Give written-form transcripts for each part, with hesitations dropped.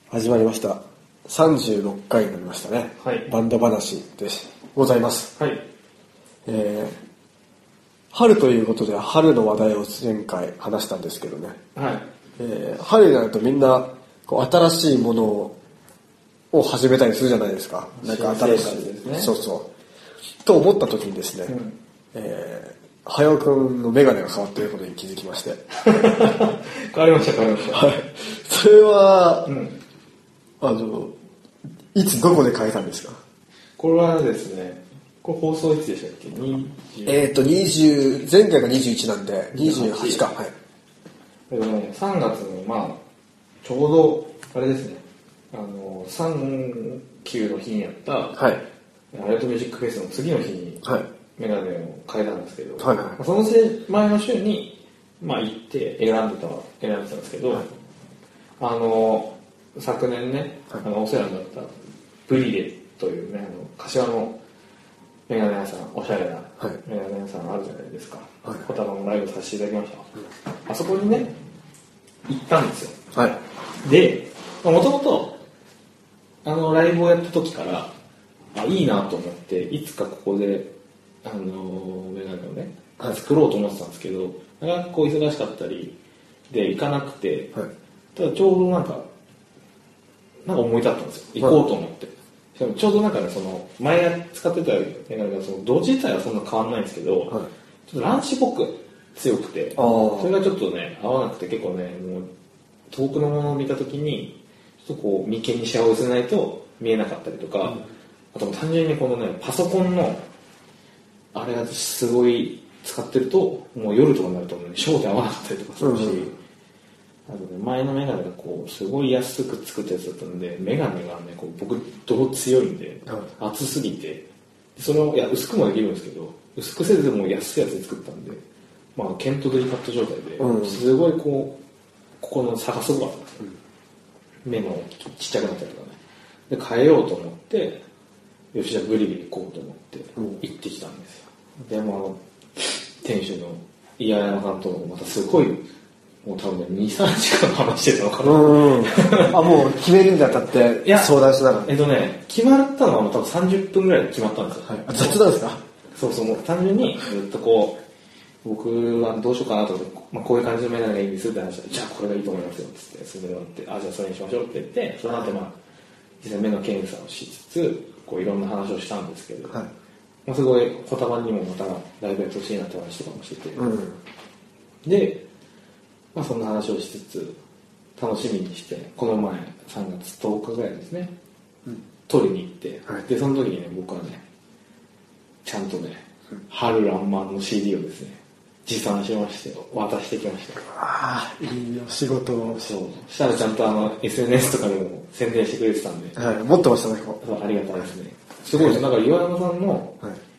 始まりました。36回になりましたね。 はい。 バンド話でございます。 はい。 春ということで春の話題を前回話したんですけどね。 はい。 春になるとみんなこう新しいものを始めたりするじゃないですか。なんか新しいですね。 そうそう。と思った時にですね、はよくんのメガネが変わっていることに気づきまして。 変わりました。 はい。それは、いつどこで変えたんですか？ これはですね、これ放送いつでしたっけ ？20、前回が21なんで、28か。はい。 3月の、ちょうど、あれですね、3級の日にやった、 はい。 アルトミュージックフェスの次の日に、 はい。 メガネを変えたんですけど、 はい。 その前の週に、行って選んでたんですけど、はい、昨年ね、お世話になったブリレというね、柏のメガネ屋さん、おしゃれなメガネ屋さんあるじゃないですか。コタバのライブさせていただきました。あそこにね、行ったんですよ。 はい。 で、もともと、ライブをやった時から、いいなと思って、いつかここで、メガネをね、作ろうと思ってたんですけど、なかなかこう忙しかったりで行かなくて、ただちょうどなんか思い立ったんですよ。行こうと思って。しかもちょうどその前使ってたメガネがその度自体はそんな変わんないんですけど、ちょっと乱視っぽく強くて、それがちょっとね合わなくて、結構ねもう遠くのものを見た時にちょっとこう眉間にシワを寄せないと見えなかったりとか、あと単純にこのねパソコンのあれがすごい使ってるともう夜とかになると、ね、焦点合わなかったりとかするし。あとね、前のメガネがこうすごい安く作ったやつだったんで、メガネがねこう僕泥強いんで、厚すぎて、それを薄くもできるんですけど、薄くせずも安いやつで作ったんで、ケントドリカット状態で、すごいここの差がすごかったんですよ。目もちっちゃくなったりとかね。で変えようと思って、よしじゃあブリブリ行こうと思って行ってきたんですよ。でも店主の岩山さんとまたすごい。もう多分ね、2、3時間話してたのかな。 もう決めるにあたって相談しながら。 決まったのはもう多分30分ぐらいで決まったんですよ。 雑談ですか？ そう、もう単純にずっとこう、僕はどうしようかなと思って、こういう感じのメガネがいいんですって話したら、じゃあこれがいいと思いますよって言って、それで終わって、じゃあそれにしましょうって言って、その後実際目の検査をしつつ、こういろんな話をしたんですけど、すごい言葉にもまたライブやってほしいなって話とかもしてて、で、そんな話をしつつ楽しみにして、この前3月10日ぐらいですね、取りに行って、でその時にね僕はねちゃんとね、春らんまんの CD をですね持参しまして渡してきました。 いいお仕事を。 そうしたらちゃんとSNS とかでも宣伝してくれてたんで、 持ってましたね。 ありがたいですね。すごいです。だから岩山さんの、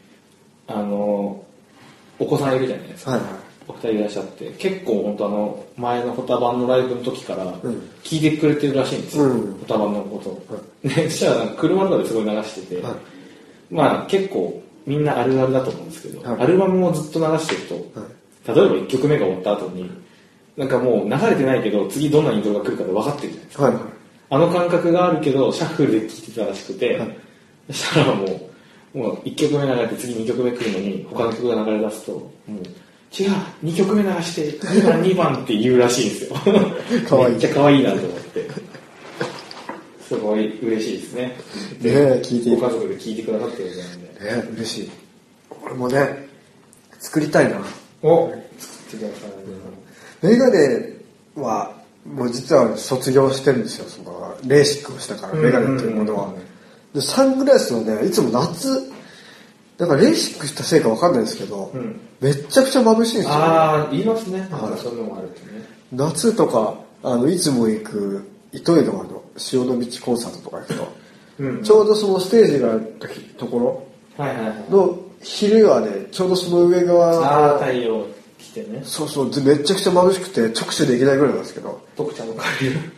お子さんいるじゃないですか。お二人いらっしゃって、結構本当前のホタバンのライブの時から聞いてくれてるらしいんですよ、ホタバンのことを。そしたら車とかですごい流してて、結構みんなあるあるだと思うんですけど、アルバムをずっと流してると、例えば1曲目が終わった後にもう流れてないけど次どんなイントロが来るかで分かってるじゃないですか、あの感覚があるけどシャッフルで聴いてたらしくて、そしたらもう1曲目流れて次2曲目来るのに他の曲が流れ出すともう違う、2曲目流して2番って言うらしいんですよ。めっちゃ可愛いなと思ってすごい嬉しいですね。 聞いてご家族で聞いてくださってるみたいなんで、 嬉しい。俺もね作りたいな。 作ってください。 メガネはもう実は卒業してるんですよ。そのレーシックをしたからメガネっていうものは。でサングラスをねいつも夏だからレーシックしたせいかわかんないですけど、めっちゃくちゃ眩しいんですよ。 言いますね。そういうのもあるってね。 夏とかいつも行く糸魚川の潮の道コンサートとか行くと、ちょうどそのステージがあるところの昼はねちょうどその上側太陽来てね。 そうめっちゃくちゃ眩しくて直視できないぐらいなんですけど。 徳ちゃんの借りる。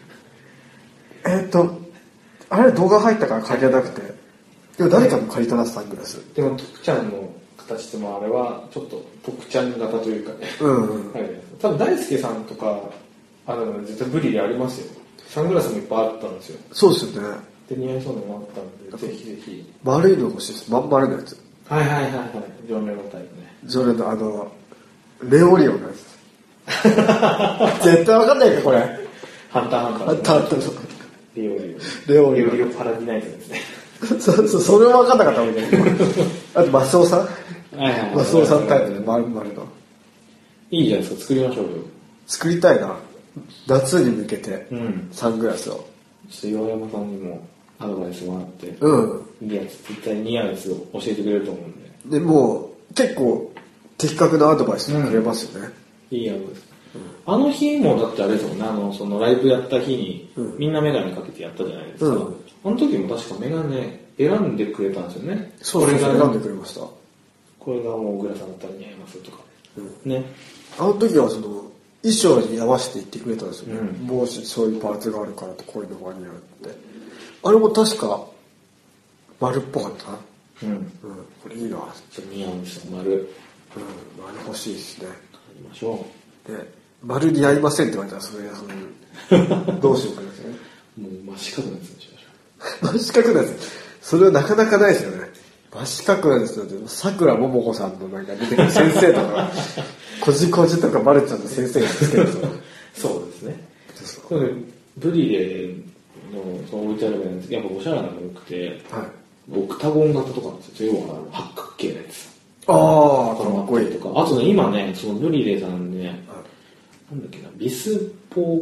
あれ動画入ったから借りれなくて。でも誰かも借りたなサングラス。 でも徳ちゃんの形でもあれはちょっと徳ちゃん型というかね。多分大輔さんとか絶対ブリでありますよ。 サングラスもいっぱいあったんですよ。 そうですよね。 で、似合いそうなのもあったんで、ぜひぜひ。 丸いの欲しいです。まん丸のやつ。 はいはいはいはい。ジョン・レノタイプね。 ジョレのレオリオンのやつ。絶対わかんないか、これ。 ハンターハンター。 あったあった。 レオリオ。 レオリオレオリオパラディナイトですね。 そう、それもわかんなかったもんね。あと、マスオさんはいはい。 マスオさんタイプで丸々の。 いいじゃないですか、作りましょうよ。 作りたいな。夏に向けて、 うん。 サングラスを。 ちょっと岩山さんにもアドバイスもらって、 うん。 いいやつ、絶対似合うやつを教えてくれると思うんで。 で、もう、結構、的確なアドバイスくれますよね。 いいやつです。あの日もだってあれですもんね、そのライブやった日に、みんなメガネかけてやったじゃないですか。 うんあの時も確かメガネ選んでくれたんですよね。 そうですね、 これが選んでくれました。 これがもう小倉さんだったら似合いますとか。ね。 あの時はその、衣装に合わせて言ってくれたんですよね。 うんもうそういうパーツがあるからってこういうのが似合うって。あれも確か、丸っぽかったな。 うん。 うん。これいいな。 ちょっと似合うんですよ、丸。 うん。丸欲しいですね。 やりましょで、丸似合いませんって言われたら、それ、どうしようかですね。 う。もう真四角のやつにしまし真四角なんです。それはなかなかないですよね。真四角なんですよ。桜ももこさんのなんか出てくる先生とか、こじこじとかバルちゃんの先生がつけると。 ょう。そうですね。そうねブリレのその置いてあるメガネやっぱおしゃれなのが多くて、 はい。 オクタゴン型とかなんですよ。要は八角形のやつ。 ああ、かっこいい。 とか。あとね、今ね、そのブリレさんね、なんだっけな、ビスポ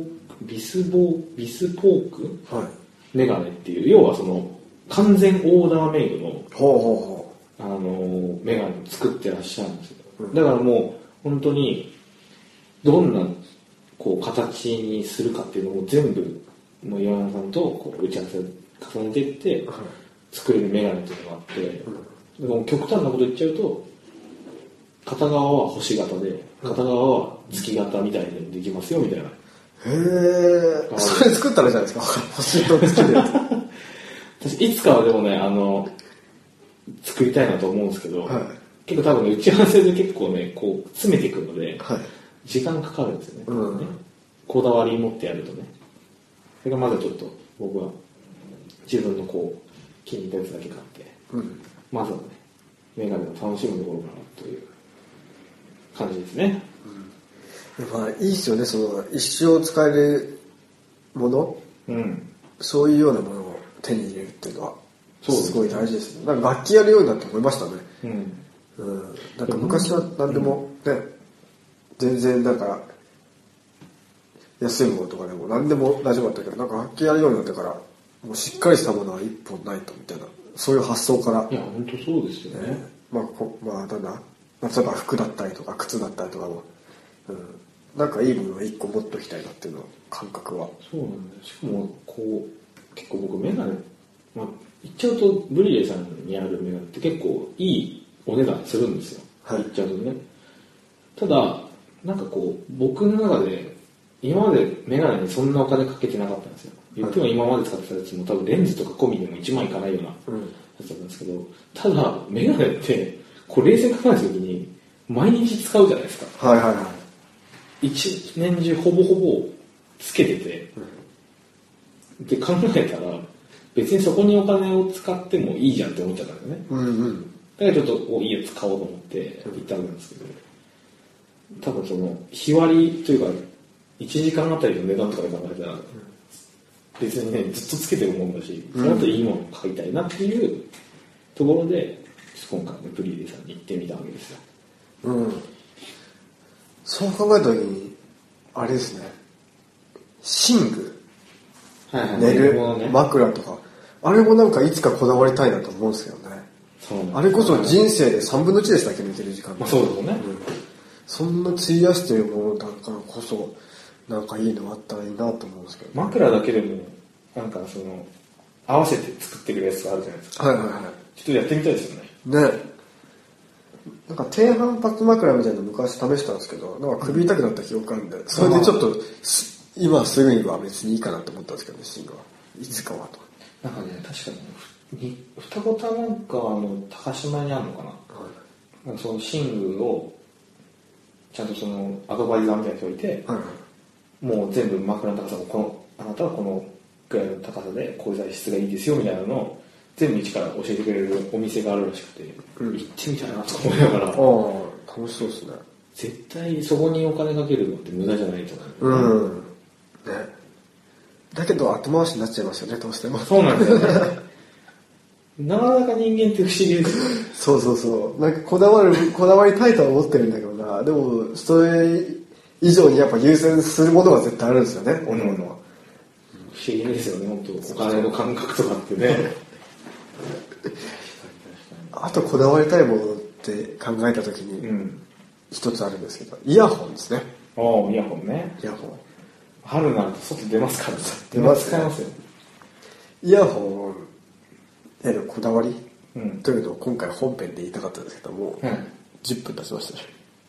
ークはい。 メガネっていう、要はその完全オーダーメイドのほメガネを作ってらっしゃるんですよ。 うんだからもう本当にどんなこう形にするかっていうのを全部もう岩山さんとこう打ち合わせを重ねていってうほう。はい。 作れるメガネっていうのがあって、でも極端なこと言っちゃうと片側は星型で片側は月型みたいにできますよみたいな。 へえ、それ作ったらいいじゃないですか。星と月で。 私いつかはでもね作りたいなと思うんですけど、 はい結構多分ね打ち合わせで結構ねこう詰めていくのではい。 時間かかるんですよね、 うんねこだわり持ってやるとねそれがまだちょっと僕は自分のこう気に入ったやつだけ買ってうん。 まずはねメガネを楽しむところかなという感じですね。 まあ、いいっすよね。その、一生使えるもの、 うんそういうようなものを手に入れるっていうのは、 そうですねすごい大事ですね。なんか楽器やるようになって思いましたね。 うんうん。なんか昔は何でもね、全然なんか、安いものとかでも何でも大丈夫だったけど、なんか楽器やるようになってから、もうしっかりしたものは一本ないとみたいな、そういう発想から、 いや本当そうですよね。 まあなんだ、例えば服だったりとか靴だったりとかも、なんかいいものを一個持っときたいなっていうの感覚は。 そうなんだよ。しかもこう結構僕メガネ、まあ、言っちゃうとブリレーさんにあるメガネって結構いいお値段するんですよ、 はい言っちゃうとね。ただなんかこう僕の中で今までメガネにそんなお金かけてなかったんですよ。言っても今まで使ってたやつも多分レンズとか込みでも1万いかないようなやつだったんですけど、ただメガネってこう冷静に考えた時に毎日使うじゃないですか。 はいはいはい。 一年中ほぼほぼつけてて、で考えたら別にそこにお金を使ってもいいじゃんって思っちゃったんですよね。 うんうん。 だからちょっといいやつ買おうと思って行ったわけなんですけど、多分その日割りというか1時間あたりの値段とかで考えたら別にねずっとつけてるもんだし、その後いいものを買いたいなっていうところで今回ねブリーデさんに行ってみたわけですよ。 うん。そう考えた時に、あれですね、寝具、 はいはい、 寝る、 ね、 枕とか、あれもなんかいつかこだわりたいなと思うんですけどね。 そうなんです。 あれこそ人生で3分の1でしたっけ、寝てる時間。 まあそうですよね。 そんな費やしてるものだからこそ、なんかいいのあったらいいなと思うんですけど、 枕だけでもなんかその合わせて作ってるやつがあるじゃないですか。 はいはいはちょっとやってみたいですよね。 い。ね。なんか低反発枕みたいなの昔試したんですけど、なんか首痛くなった記憶あるんで、それでちょっと今すぐには別にいいかなと思ったんですけどね、寝具は。いつかはと。 なんかね、確かに双子玉なんか高島にあるのかな。なんかその寝具をちゃんとそのアドバイザーみたいに置いて、 はいはい。 もう全部枕の高さもこのあなったらこのぐらいの高さでこういう材質がいいですよみたいなのを全部一から教えてくれるお店があるらしくて、行ってみたいなと思いながら、 楽しそうですね。 絶対そこにお金かけるのって無駄じゃないと思う、 ね。だけど後回しになっちゃいますよね、どうしても。 そうなんですよね。なかなか人間って不思議ですよ。 そうなんかこだわりたいとは思ってるんだけどな。でもそれ以上にやっぱ優先するものが絶対あるんですよね、おのおのは。 不思議ですよね、本当お金の感覚とかってね。 あとこだわりたいものって考えた時に一つあるんですけど、イヤホンですね。 イヤホンね。 イヤホン。 春になると外出ますからね。 出ますね。 使いますよ。 イヤホンへのこだわり、というのを今回本編で言いたかったんですけども、10分経ちましたね。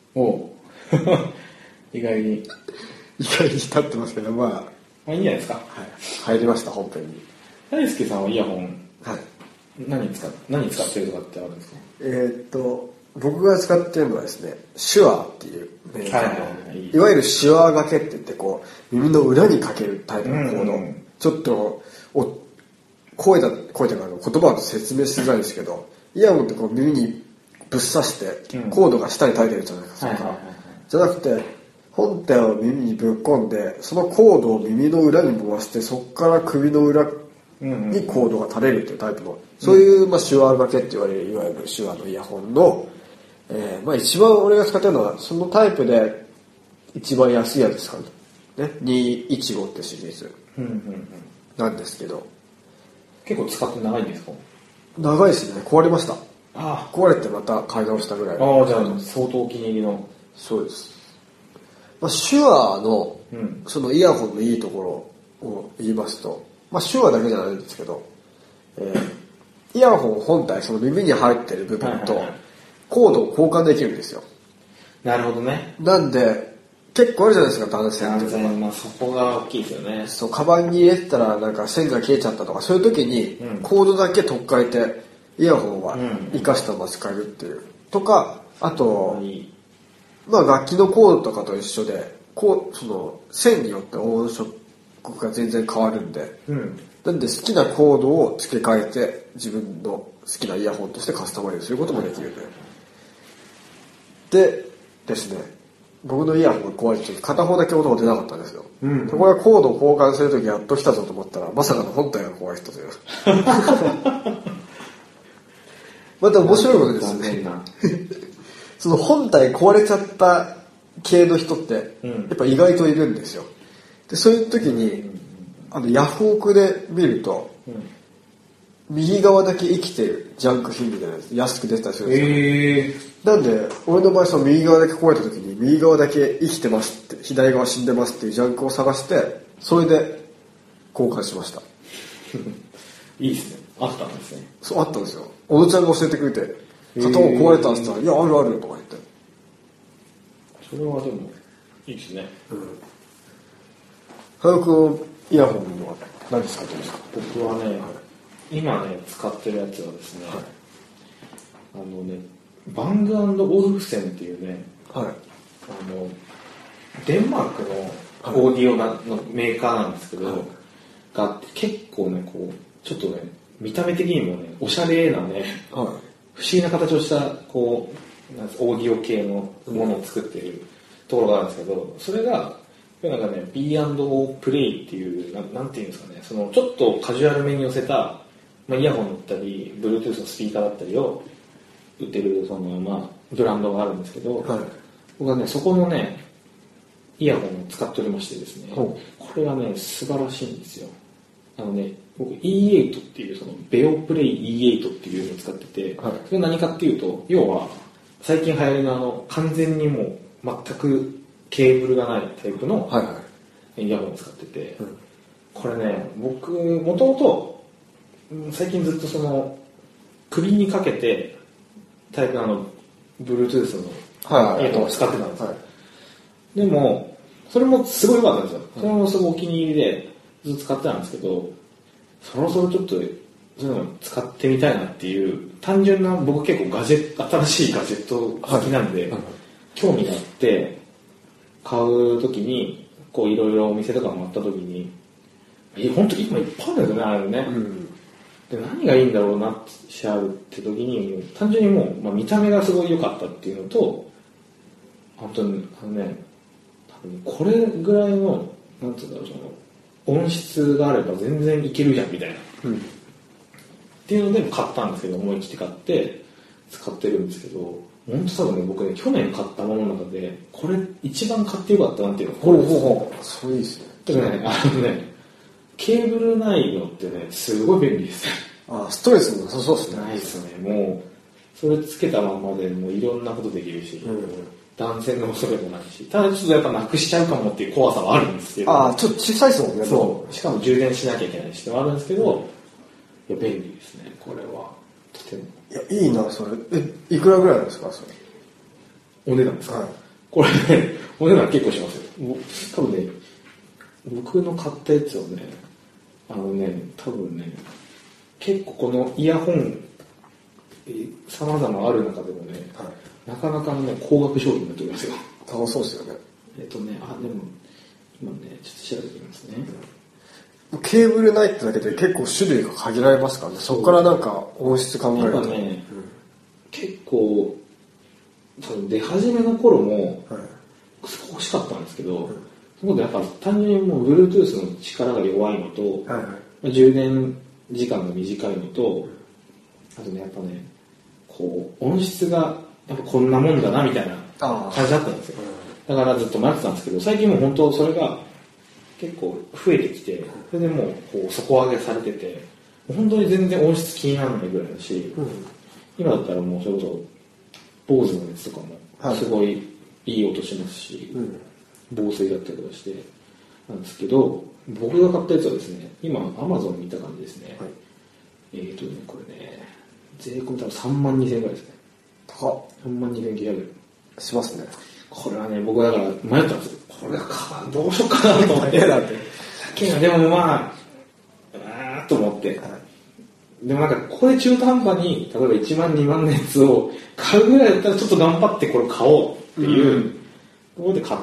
意外に経ってますけど、まあいいんじゃないですか。 入りました本編に。 大輔さんはイヤホン、何使ってるとかってあるんですか？ 僕が使ってるのはですね、シュアーっていうメーカーの、いわゆるシュアー掛けって言ってこう耳の裏にかけるタイプのコード、ちょっと声とか言葉だと説明しづらいんですけど、イヤホンってこう耳にぶっ刺してコードが下に垂れてるじゃないですか。じゃなくて本体を耳にぶっ込んで、そのコードを耳の裏に回して、そこから首の裏にコードが垂れるというタイプの、そういう、シュアー掛けって言われるいわゆるシュアーのイヤホンの、一番俺が使ってるのはそのタイプで一番安いやつですかね、215ってシリーズなんですけど、 結構使って長いんですか？ 長いですね。壊れました。壊れてまた買い直したぐらい。 じゃあ相当お気に入りの。 そうです。シュアーのそのイヤホンのいいところを言いますと、シュアーだけじゃないんですけど、イヤホン本体、その耳に入ってる部分とコードを交換できるんですよ。 なるほどね。 なんで結構あるじゃないですか、断線っていうのは。 そこが大きいですよね。 そう、カバンに入れてたらなんか線が消えちゃったとか、そういう時にコードだけ取っ替えてイヤホンは活かしたまま使えるっていうとか、あと楽器のコードとかと一緒で、その線によって音色が全然変わるんで、なんで好きなコードを付け替えて自分の好きなイヤホンとしてカスタマイズすることもできるんで。でですね、僕のイヤホンが壊れた時、片方だけ音が出なかったんですよ。これはコードを交換する時やっと来たぞと思ったら、まさかの本体が壊れたという。また面白いことですね。その本体壊れちゃった系の人ってやっぱ意外といるんですよ。でそういう時にヤフオクで見ると、右側だけ生きてるジャンク品みたいなやつ安く出てたりするんですよ。なんで俺の場合その右側だけ壊れた時に右側だけ生きてますって、左側死んでますっていうジャンクを探して、それで交換しました。 いいですね。あったんですね。 そう、あったんですよ。小野ちゃんが教えてくれて、片方壊れたって言ったら、いや、あるあるとか言って。 それはでも、いいですね。 早くイヤホンは何使ってるんですか？ 僕はね、今ね、使ってるやつはですね、バング&オルフセンっていうね、デンマークのオーディオのメーカーなんですけど、があって結構ね、こう、ちょっとね、見た目的にもね、おしゃれなね、不思議な形をした、こう、オーディオ系のものを作っているところがあるんですけど、それが、なんかね、B&O プレイっていう、なんていうんですかね、その、ちょっとカジュアルめに寄せた、イヤホンだったり、Bluetooth のスピーカーだったりを売ってる、その、ブランドがあるんですけど、僕はね、そこのね、イヤホンを使っておりましてですね、これがね、素晴らしいんですよ。僕 E8 っていうそのベオプレイ E8 っていうのを使ってて、それは何かっていうと、要は最近流行りの完全にもう全くケーブルがないタイプのイヤホンを使ってて、これね、僕もともと最近ずっとその首にかけてタイプのBluetooth のイヤホンを使ってたんですよ。でもそれもすごい良かったんですよ。それもすごいお気に入りでずっと使ってたんですけど、そろそろちょっとそういうの使ってみたいなっていう単純な、僕結構新しいガジェット好きなんで、興味があって買う時にこういろいろお店とか回った時に本当今いっぱいあるんですよね、あれね。で何がいいんだろうなってしちゃうって時に、単純にもう、見た目がすごい良かったっていうのと、本当に多分これぐらいのなんていうんだろう、その音質があれば全然いけるじゃんみたいな、っていうので買ったんですけど、思い切って買って使ってるんですけど、本当多分ね、僕ね、去年買ったものの中でこれ一番買ってよかったなっていうのがこれです。 そういいですね。 だからね、ケーブルないのってね、すごい便利ですね。 ストレスもなさそうですね。 ないですね。もうそれつけたままでもういろんなことできるし、断線の恐れもないし、ただちょっとやっぱなくしちゃうかもっていう怖さはあるんですけど。 ちょっと小さいですもんね。 そう。しかも充電しなきゃいけないしってのはあるんですけど、いや便利ですね、これは。とても。 いや、いいな、それ。いくらぐらいなんですか、それ。 お値段ですか、これね、お値段結構しますよ。多分ね、僕の買ったやつをね、多分ね、結構このイヤホン、様々ある中でもね、なかなかのね、高額商品になっておりますよ。 高そうですよね。 でも、今ね、ちょっと調べてみますね。 ケーブルないってだけで結構種類が限られますからね。そこからなんか音質考えると。 やっぱね、結構、多分出始めの頃も、欲しかったんですけど、そこでやっぱ単純にもう Bluetooth の力が弱いのと、充電時間が短いのと、あとね、やっぱね、こう、音質がやっぱこんなもんだなみたいな感じだったんですよ。だからずっと待ってたんですけど、最近もう本当それが結構増えてきて、それでもうこう底上げされてて、本当に全然音質気にならないぐらいだし、今だったらもうそれこそ、坊主のやつとかもすごいいい音しますし、防水だったりとかしてなんですけど、僕が買ったやつはですね、今 Amazon 見た感じですね、これね、税込み多分3万2000円ぐらいですね。 高っ。 3万2900円しますね。 これはね、僕だから迷ったんですよ。これどうしようかなと思って。 だって。 でもと思って。でもなんか、ここで中途半端に、例えば1万2万のやつを買うぐらいだったらちょっと頑張ってこれ買おうっていうところで買って、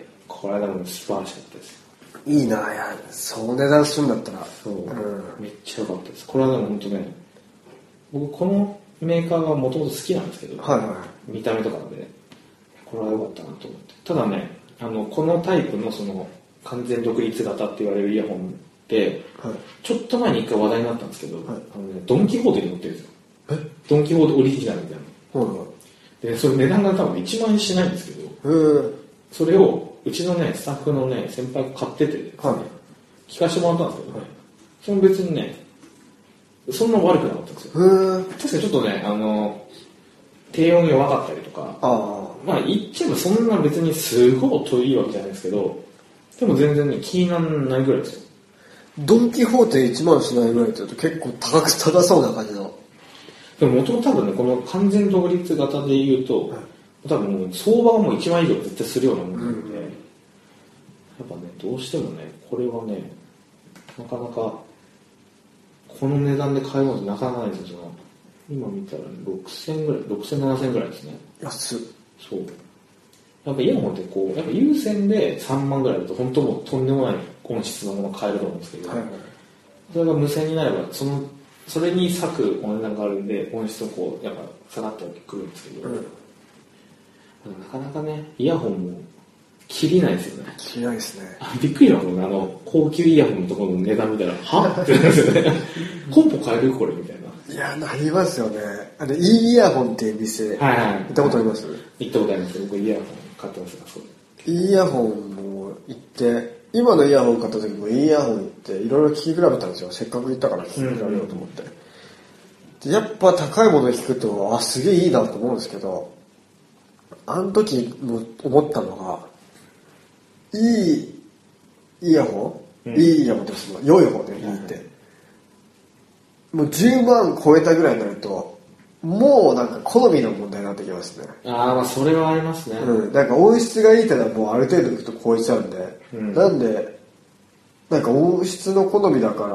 これはでも素晴らしかったですよ。 いいなぁ、いや、そう値段するんだったら。 そう、めっちゃ良かったです。これはでも本当ね、僕このメーカーがもともと好きなんですけど、見た目とかで、これは良かったなと思って。ただね、このタイプのその完全独立型って言われるイヤホンで、ちょっと前に一回話題になったんですけど、ドン・キホーテに載ってるんですよ。ドン・キホーテオリジナルみたいな。で、それ値段が多分1万円しないんですけど、それをうちのね、スタッフのね、先輩が買っててですね、聞かせてもらったんですけどね、その別にね、そんな悪くなかったんですよ。確かにちょっとね、低音弱かったりとか、言っちゃえばそんな別にすごい遠いわけじゃないですけど、でも全然ね、気にならないぐらいですよ。 ドン・キホーテ1万しないぐらいって言うと結構高そうな感じの。 でも元々多分ね、この完全独立型で言うと、多分もう相場がもう1万以上絶対するようなものなので、やっぱね、どうしてもね、これはね、なかなか、この値段で買えるのってなかなかないですよ。今見たら、ね、6000ぐらい、6000、7000ぐらいですね。 安っ。 そう。やっぱイヤホンってこう、やっぱ有線で3万ぐらいだと本当もうとんでもない音質のものが買えると思うんですけど、それが無線になれば、それに割くお値段があるんで、音質をこう、やっぱ下がってくるんですけど、なかなかね、イヤホンも切りないですよね。 切りないですね。 びっくりなのが、高級イヤホンのところの値段見たら、はってなるんですよね。コンポ買えるこれみたいな。 いや、なりますよね。いいイヤホンっていう店、行ったことあります？ 行ったことあります。僕イヤホン買ってますから、そう。 いいイヤホンも行って、今のイヤホン買った時もいいイヤホン行って、いろいろ聞き比べたんですよ。せっかく行ったから聞き比べようと思って。でやっぱ高いもの聞くと、すげえいいなと思うんですけど、あの時も思ったのが、いいイヤホン、いいイヤホンです。良い方でいいって。もう10万超えたぐらいになると、もうなんか好みの問題になってきますね。 それはありますね。 なんか音質がいいってのはもうある程度いくと超えちゃうんで、なんで、なんか音質の好みだから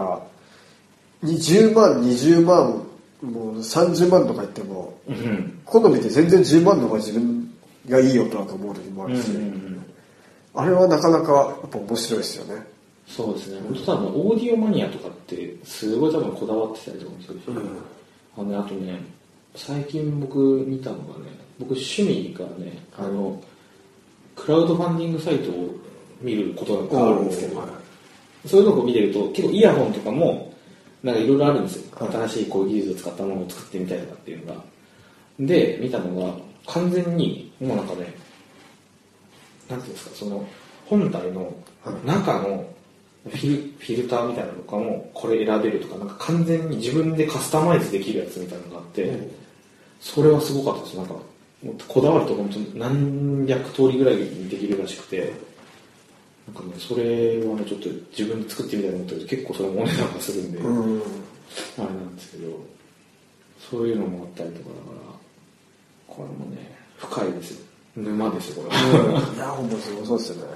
、10万、20万、もう30万とか言っても、好みって全然10万の方が自分がいい音だと思う時もあるし、あれはなかなかやっぱ面白いですよね。 そうですね。本当多分オーディオマニアとかってすごい多分こだわってたりとかもするし、あとね、最近僕見たのがね、僕趣味がね、クラウドファンディングサイトを見ることがあるんですけど、そういうのを見てると結構イヤホンとかもなんかいろいろあるんですよ。新しいこういう技術を使ったものを作ってみたいとかっていうのが。で、見たのが完全にもうなんかね、なんていうんですか、その本体の中のフィルターみたいなのとかもこれ選べるとか、なんか完全に自分でカスタマイズできるやつみたいなのがあって、それはすごかったです。なんかこだわると本当に何百通りぐらいにできるらしくて、なんかね、それはねちょっと自分で作ってみたいと思ったけど、結構それもお値段がするんで、あれなんですけど、そういうのもあったりとかだから、これもね深いですよ。沼ですよこれは。 いやほんとすごそうですよね。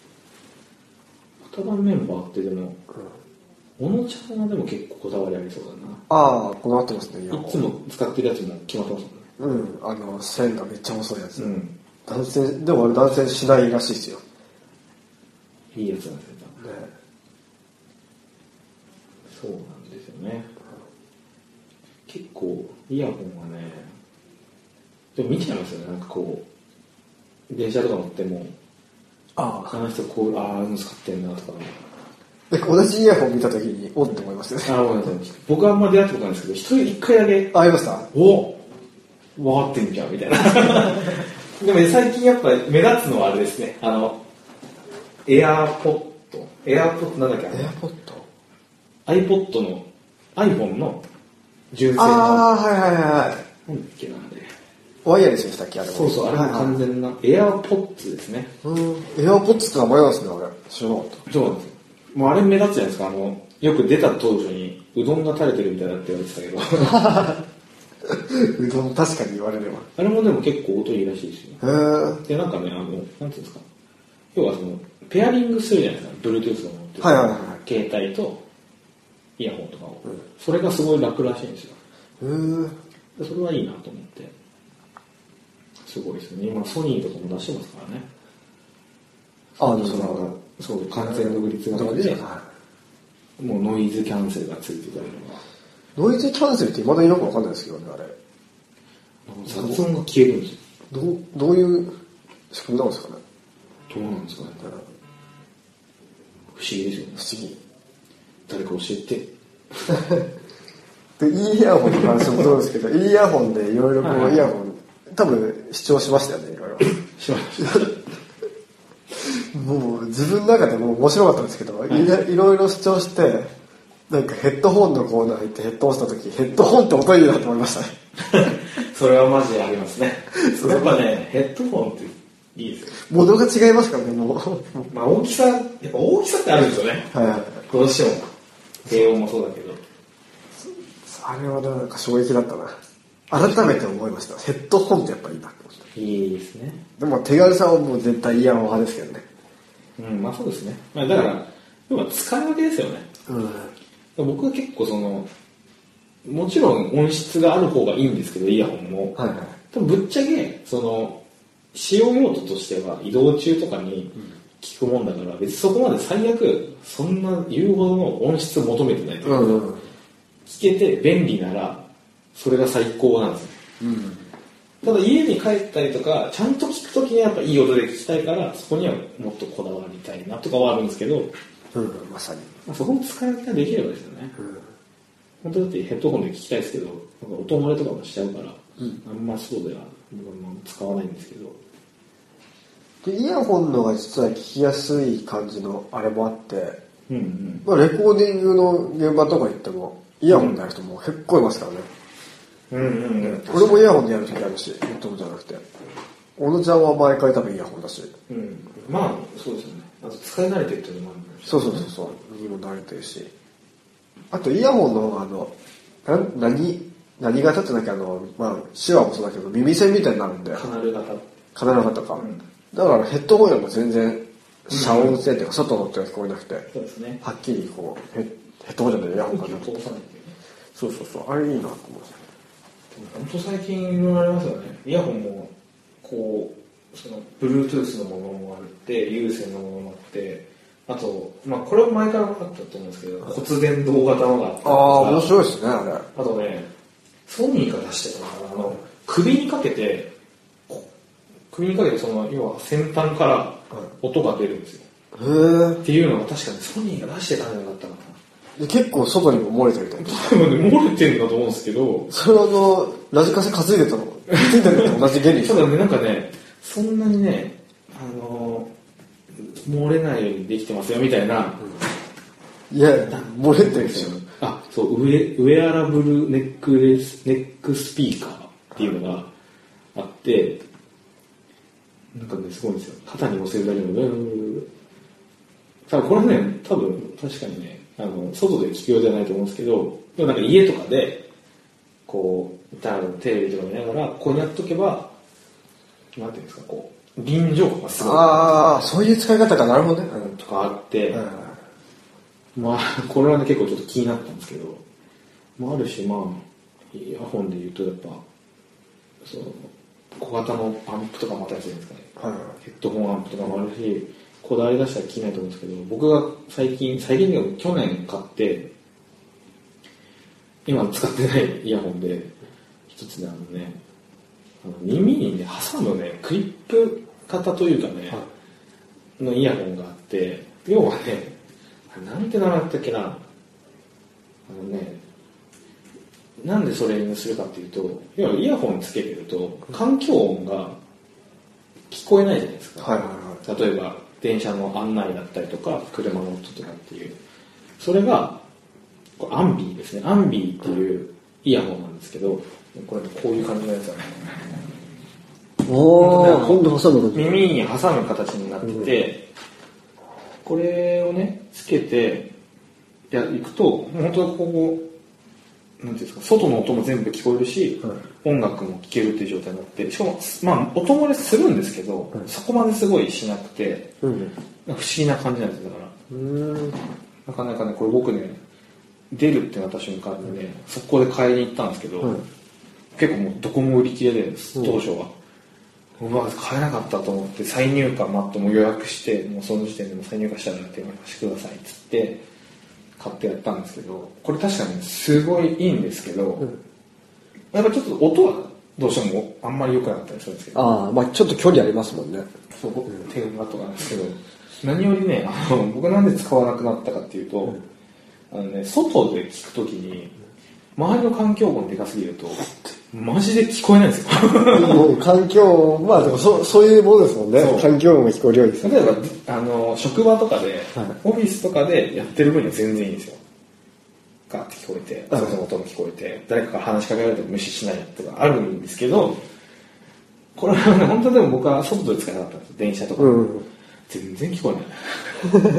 歌番メンバーってでも、小野ちゃんはでも結構こだわりありそうだな。 ああ、こだわってますね。 いつも使ってるやつも決まってますもんね。線がめっちゃ細いやつ。 うん。 男性、でもあれ男性しないらしいですよ。 いいやつなんですよ。 ね。 そうなんですよね。結構イヤホンはね、でも見ちゃいますよね。なんかこう電車とか乗っても、あの人こうあの使ってんなとか、ね。 で同じイヤホン見たときにおって思いますよね。 ごめんなさい。僕はあんま出会ったことないんですけど、一回だけありました。 お分かってんじゃんみたいな。でも最近やっぱ目立つのはあれですね。エアーポッドなんだっけ。 エアポッド。 iPod の iPhone の純正の。 はい。 なんだっけなんで。 ワイヤレスでしたっけあれも。 そうそう、あれも完全な、エアーポッツですね。 エアポッツって名前なんですね、あれ。知らなかった。 そうなんですよ。もうあれ目立つじゃないですか。よく出た当初にうどんが垂れてるみたいだって言われてたけど。 うどん確かに言われれば。 あれもでも結構音いいらしいですよ。で、なんかね、なんていうんですか。要はペアリングするじゃないですか。Bluetooth のものって。携帯とイヤホンとかを。それがすごい楽らしいんですよ。でそれはいいなと思って。すごいですね。今ソニーとかも出してますからね。そう完全独立型で、もうノイズキャンセルがついてたりとか。 ノイズキャンセルって未だによくわかんないですけどね、あれ。 雑音が消えるんですよ。 どういう仕組みなんですかね。 どうなんですかね。不思議ですよね。 不思議。 誰か教えて。 で、イヤホンに関してもそうですけど、イヤホンでいろいろこう、イヤホン、多分視聴しましたよね、いろいろ。 しました。 もう自分の中でも面白かったんですけど、いろいろ主張して、なんかヘッドホンのコーナー入ってヘッドホンした時、ヘッドホンって音いいなと思いましたね。 それはマジでありますね。やっぱね、ヘッドホンっていいですよ。 モードが違いますからね、もう。 まあ大きさってあるんですよね。どうしても。低音もそうだけど。 あれはなんか衝撃だったな。改めて思いました。ヘッドホンってやっぱいいなって思った。 いいですね。 でも手軽さはもう絶対イヤホン派ですけどね。 まあそうですね。まあだから、要は使うわけですよね。僕は結構もちろん音質がある方がいいんですけど、イヤホンも。多分ぶっちゃけ、使用用途としては移動中とかに聞くもんだから、別にそこまで最悪、そんな言うほどの音質を求めてないというか、聞けて便利なら、それが最高なんですよ。ただ家に帰ったりとか、ちゃんと聞くときにやっぱいい音で聞きたいから、そこにはもっとこだわりたいなとかはあるんですけど、 まさに。 そこの使い方ができればですよね。本当だってヘッドホンで聞きたいですけど、なんか音漏れとかもしちゃうから、あんまそうでは使わないんですけど。 でイヤホンのが実は聞きやすい感じのあれもあって、まあ、レコーディングの現場とか行っても、イヤホンでやる人も結構いますからね。俺もイヤホンでやるときあるし、ヘッドホンじゃなくて。小野ちゃんは毎回多分イヤホンだし。 まあ、そうですよね。あと使い慣れてるっていうのもあるし。 そう。にも慣れてるし。あとイヤホンの何型ってなきゃまあ、手話もそうだけど、耳栓みたいになるんで。 カナル型か。だからヘッドホンよりも全然、遮音性っていうか、外の音が聞こえなくて。 そうですね。 はっきりこう、ヘッドホンじゃないイヤホンかな。そう。あれいいなと思います。 本当最近いろいろありますよね。イヤホンも、Bluetooth のものもあって、有線のものもあって、 あと、まあこれも前から分かったと思うんですけど、骨伝導型のがあったりとか。 ああ、面白いですね、あれ。 あとね、ソニーが出してたのかな、首にかけてその、要は先端から音が出るんですよ。 へっていうのが確かにソニーが出してたんじゃなかったかな。 え。結構外にも漏れてるみたいな。 多分ね、漏れてるんだと思うんですけど、 それはラジカセ担いでたの担いでるのと同じ原理ですよ。 ただね、なんかね、そんなにね、漏れないようにできてますよみたいな、 いや、漏れてるでしょ。 あ、そう、ウェアラブルネックスピーカーっていうのがあって、なんかね、すごいんですよ。肩に乗せるだけの、多分これね、確かにね、外で聞くようじゃないと思うんですけど、でもなんか家とかで、こう、テレビとか見ながら、ここにやっとけば、なんていうんですか、こう、臨場感がすごい。 ああ、そういう使い方か、なるほどね。 とかあって、まあ、これはね、結構ちょっと気になったんですけど、まあ、ある種、まあ、イヤホンで言うと、やっぱ、その、小型のアンプとかもあったりするんですかね。ヘッドホンアンプとかもあるし、こだわり出したら聞けないと思うんですけど、僕が最近でも去年買って、今使ってないイヤホンで、一つで耳にね、挟むね、クリップ型というかね、のイヤホンがあって、要はね、なんて名前だったっけな、なんでそれにするかっていうと、要はイヤホンつけてると、環境音が聞こえないじゃないですか。例えば、電車の案内だったりとか、車の音とかっていう。それが、アンビーですね。アンビーっていうイヤホンなんですけど、これこういう感じのやつだね。 おー、今度挟むの耳に挟む形になってて、これをね、つけて、行くと、本当にここ、なんていうんですか、外の音も全部聞こえるし、音楽も聴けるっていう状態になって、しかも、まあ、音漏れするんですけど、そこまですごいしなくて、不思議な感じなんですよ、だから。なかなかね、これ僕ね、出るってなった瞬間にね、速攻で買いに行ったんですけど、結構もうどこも売り切れで、当初は。うわ、買えなかったと思って、再入荷待っても予約して、もうその時点でも再入荷したら電話貸してくださいっつって、買ってやったんですけど、これ確かにすごいいいんですけど、やっぱちょっと音はどうしてもあんまり良くなかったりするんですけど、 ああ、まあちょっと距離ありますもんね。 そう、点がとかなんですけど、何よりね、僕なんで使わなくなったかっていうと、外で聞くときに、周りの環境音でかすぎると、マジで聞こえないんですよ。 もう環境音、まあでもそういうものですもんね。環境音が聞こえるようにする。 例えば、職場とかで、オフィスとかでやってる分には全然いいんですよ。ガーって聞こえて、外の音も聞こえて、誰かが話しかけられても無視しないとかあるんですけど、これはね、本当でも僕は外で使えなかったんですよ。電車とか。全然聞こえない。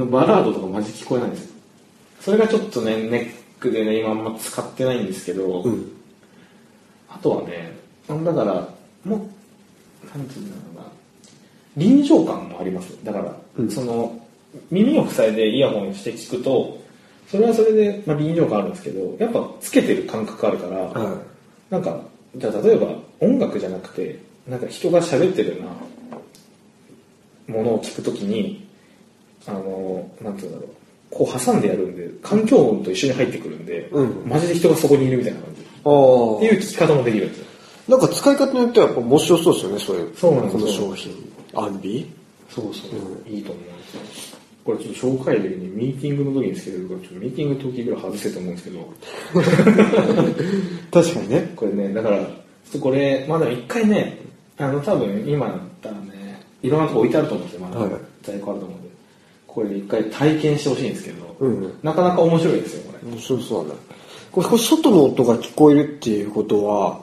バラードとかマジ聞こえないんですよ。それがちょっとね、ネックでね、今あんま使ってないんですけど、あとはね、だから、もう、なんていうんだろうな、臨場感もあります。だから、耳を塞いでイヤホンして聞くと、それはそれで、まあ、臨場感あるんですけど、やっぱつけてる感覚あるから、なんか、じゃあ例えば音楽じゃなくて、なんか人が喋ってるようなものを聞くときに、なんていうんだろう、こう挟んでやるんで、環境音と一緒に入ってくるんで、マジで人がそこにいるみたいな感じ。っていう聞き方もできるんですよ。 なんか使い方によってはやっぱ面白そうですよね、そういう。 そうなんですよ。 この商品。アンビそう、いいと思うんですよ。これちょっと紹介例にミーティングの時につけてるから、ちょっとミーティングの時ぐらい外せと思うんですけど。 確かにね。 これね、だから、ちょっとこれ、まだ一回ね、多分今だったらね、いろんなとこ置いてあると思うんですよ、まだ在庫あると思うんで。これ一回体験してほしいんですけど、なかなか面白いですよ、これ。 面白そうだね。これ外の音が聞こえるっていうことは、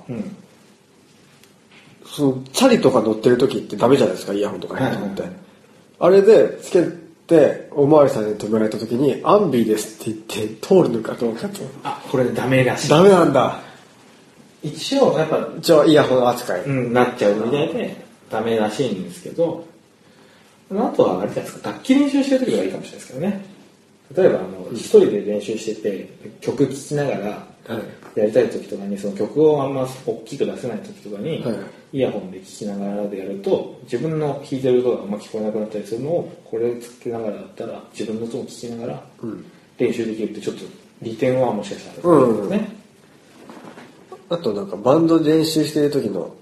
チャリとか乗ってる時ってダメじゃないですか、イヤホンとかヘッドホンって。あれでつけて、おまわりさんに止められた時に、アンビーですって言って通るのかどうかと。 これダメらしい。 ダメなんだ。 一応、やっぱ、 イヤホン扱い。 なっちゃうみたいで、ダメらしいんですけど、あとはあれじゃないですか、楽器練習してる時がいいかもしれないですけどね。例えば一人で練習してて曲聴きながらやりたい時とかにその曲をあんま大きく出せない時とかにイヤホンで聞きながらでやると自分の弾いてる音があんま聞こえなくなったりするのをこれつけながらだったら自分の音を聞きながら練習できるってちょっと利点はもしかしたらあるんですね、 あとなんかバンドで練習してる時の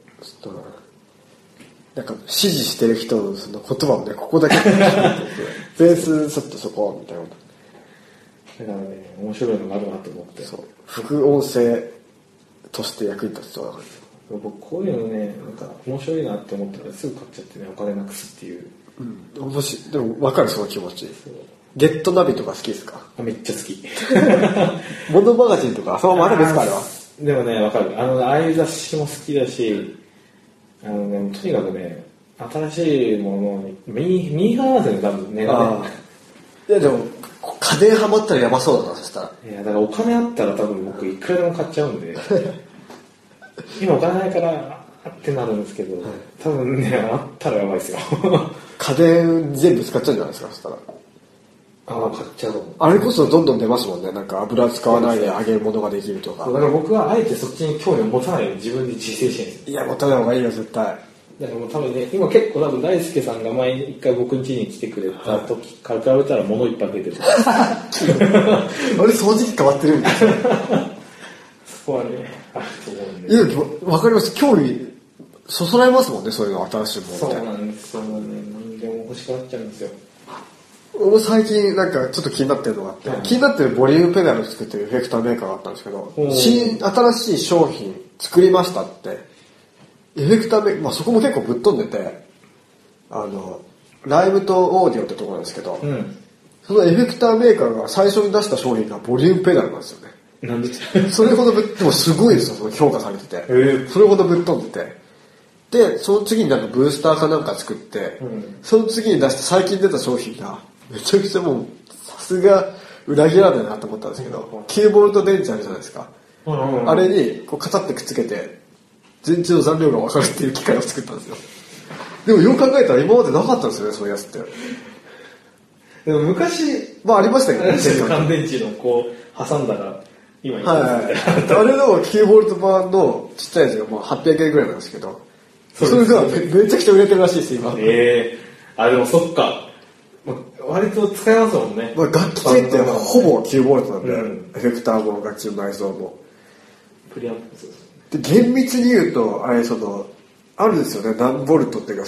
なんか指示してる人のその言葉をねここだけベースちょっとそこみたいなだからね面白いのがあるなと思ってそう副音声として役に立つそうだから僕こういうのねなんか面白いなって思ったらすぐ買っちゃってねお金なくすっていう、 面白いでも分かるその気持ちゲットナビとか好きですかめっちゃ好きモノマガジンとかそのまだ別かあれはでもね分かるああいう雑誌も好きだしとにかくね新しいものにミーハーなんですよね多分値がねいやでも家電ハマったらやばそうだなそしたらいやだからお金あったら多分僕いくらでも買っちゃうんで今お金ないからってなるんですけど、多分ねあったらやばいですよ家電全部使っちゃうんじゃないですかそしたら買っちゃうと思うあれこそどんどん出ますもんねなんか油使わないで揚げるものができるとかだから僕はあえてそっちに興味を持たないように自分で自制してるんですよいや持たない方がいいよ絶対だからもう多分ね今結構多分大輔さんが前に一回僕ん家に来てくれた時から比べたら物いっぱい増えてるあれ掃除機変わってるみたいなそこはねあると思うんでいや分かります興味そそられますもんねそういうの新しいものってそうなんですよね何でも欲しくなっちゃうんですよ俺最近なんかちょっと気になってるのがあって、気になってるボリュームペダルを作ってるエフェクターメーカーがあったんですけど、新しい商品作りましたってエフェクターメーカー、そこも結構ぶっ飛んでてライブとオーディオってところなんですけど、そのエフェクターメーカーが最初に出した商品がボリュームペダルなんですよねなんでそれほどでもすごいですよその評価されてて、それほどぶっ飛んでてでその次になんかブースターかなんか作って、その次に出した最近出た商品がめちゃくちゃもうさすが裏切らないなと思ったんですけど、9ボルト電池あるじゃないですか、あれにこうカチャってくっつけて電池の残量が分かるっていう機械を作ったんですよでもよく考えたら今までなかったんですよねそういうやつってでも昔ありましたけどね乾電池のこう挟んだら今言ったんですけど、あれの9ボルト版のちっちゃいやつがもう800円ぐらいなんですけどそれがめちゃくちゃ売れてるらしいです今でもそっか割と使えますもんね、 楽器系ってほぼ9ボルトなんで、エフェクターも楽器の内蔵もプリアンプそうで厳密に言うとあれあるんですよね何ボルトっていうか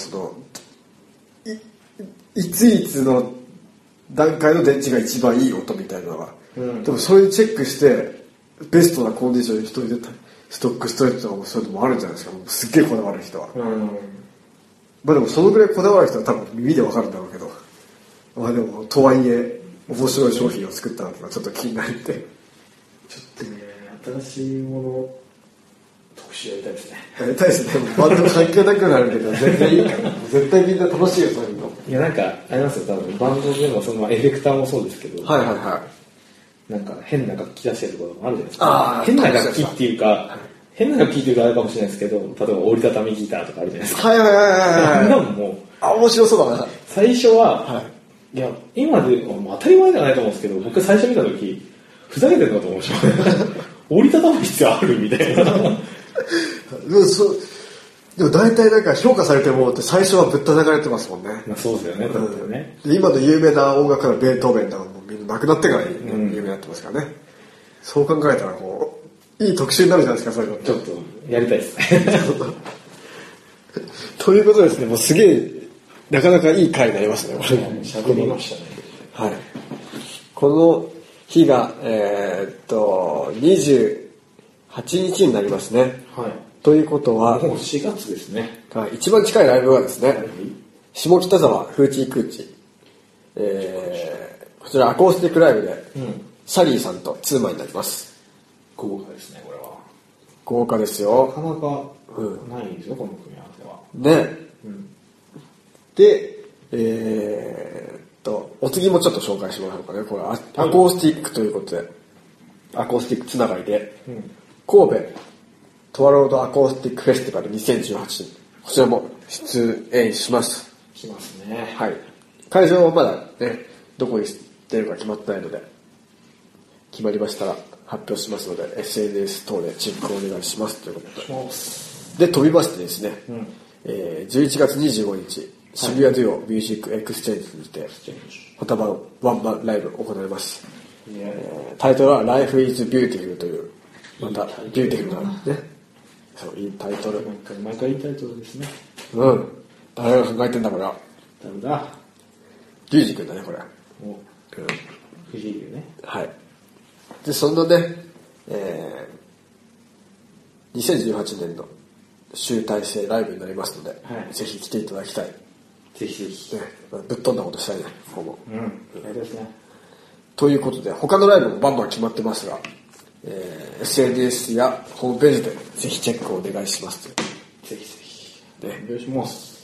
いついつの段階の電池が一番いい音みたいなのが、でもそれにチェックしてベストなコンディションに一人でストックしといてとかもそういうのもあるんじゃないですかすっげえこだわる人は、でもそのぐらいこだわる人は多分耳でわかるんだろうけどでもとはいえ面白い商品を作ったのがちょっと気になってちょっとね新しいもの特集やりたいですねやりたいですねバンド関係なくなるけど全然いいから絶対みんな楽しいよそういうのいやなんかありますよ多分バンドでもエフェクターもそうですけどなんか変な楽器出してるところもあるじゃないですか変な楽器っていうか変な楽器っていうとあれかもしれないですけど例えば折りたたみギターとかあるじゃないですかあんなもんもう面白そうだな最初は、いや今でも当たり前じゃないと思うんですけど僕最初見た時ふざけてるのと思うんですよ折りたたむ必要あるみたいなでも大体なんか評価されてるものって最初はぶった流れてますもんねそうですよね、 で今の有名な音楽家のベートーベンとかもみんな亡くなってから有名になってますからね、そう考えたらいい特集になるじゃないですかそういうのちょっとやりたいですねということですねもうすげえなかなかいい回になりましたね喋りましたねはいこの日が28日になりますねということはもう4月ですね一番近いライブはですね下北沢フーチークーチこちらアコースティックライブでサリーさんとツーマンになります豪華ですねこれは豪華ですよなかなかないですよこの組み合わせはねでお次もちょっと紹介しましょうかねこれアコースティックということでアコースティックつながりで神戸トワロードアコースティックフェスティバル2018こちらも出演しますしますねはい会場はまだねどこに出るか決まってないので決まりましたら発表しますので SNS 等でチェックお願いしますということでで飛びましてですね、 うん 11月25日渋谷デュオミュージックエクスチェンジにてホタバンワンマンライブを行います。タイトルは Life is Beautiful というまたビューティフルなね、そういいタイトル。 毎回いいタイトルですね。 うん。誰が考えてんだこれは。 誰だ。 リュウジ君だねこれ。 藤井流ね。 はい。でそんなね、2018年の集大成ライブになりますので、 はい、 ぜひ来ていただきたい。 ぜひぜひ。 ね、ぶっ飛んだことしたいね、ほぼ。 うん。いいですね。ということで、他のライブもバンバン決まってますが、SNS やホームページでぜひチェックをお願いします。 ぜひぜひ。 ね、 お願いします。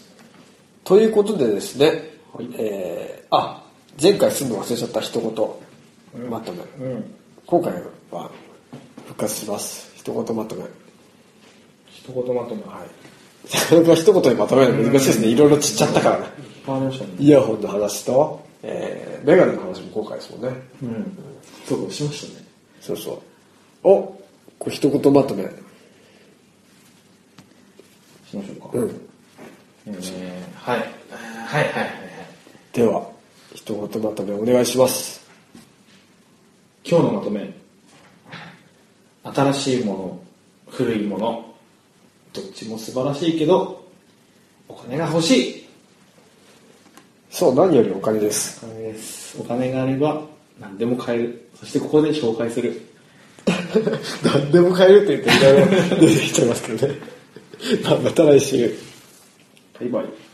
ということでですね、 はい、 前回するの忘れちゃった一言まとめ。今回は復活します。一言まとめ。 一言まとめ。 はい。なかなか一言でまとめるの難しいですね。いろいろちっちゃったからね。 ありましたね。 イヤホンの話と、メガネの話も今回ですもんね。 そうしましたね。 そうそう。これ一言まとめ。 しましょうか。はい。 では、一言まとめお願いします。 今日のまとめ。新しいもの、古いもの、どっちも素晴らしいけど、お金が欲しい。 そう、何よりお金です。 お金です。お金があれば何でも買える。そしてここで紹介する。 何でも買えるって言っていろいろ出てきちゃいますけどね。また来週。 バイバイ。